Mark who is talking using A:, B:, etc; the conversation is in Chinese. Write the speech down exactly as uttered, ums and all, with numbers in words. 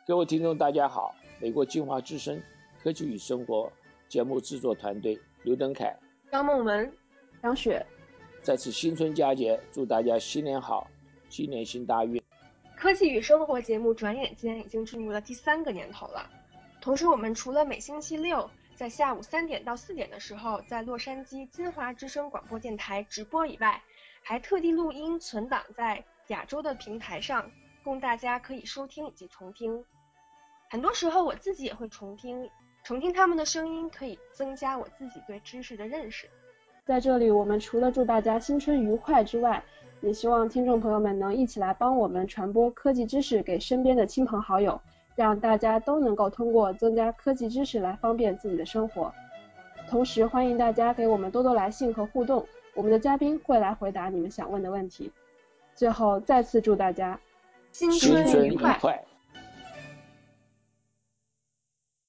A: 各位听众大家好，美国进化之声科技与生活节目制作团队刘登凯、
B: 张梦文、
C: 张雪，
A: 在此新春佳节，祝大家新年好，新年行大运。
B: 科技与生活节目转眼间已经进入了第三个年头了。同时，我们除了每星期六在下午三点到四点的时候在洛杉矶金华之声广播电台直播以外，还特地录音存档在亚洲的平台上，供大家可以收听以及重听。很多时候我自己也会重听，重听他们的声音可以增加我自己对知识的认识。
C: 在这里，我们除了祝大家新春愉快之外，也希望听众朋友们能一起来帮我们传播科技知识给身边的亲朋好友，让大家都能够通过增加科技知识来方便自己的生活。同时欢迎大家给我们多多来信和互动，我们的嘉宾会来回答你们想问的问题。最后再次祝大家
B: 新
A: 春愉
B: 快。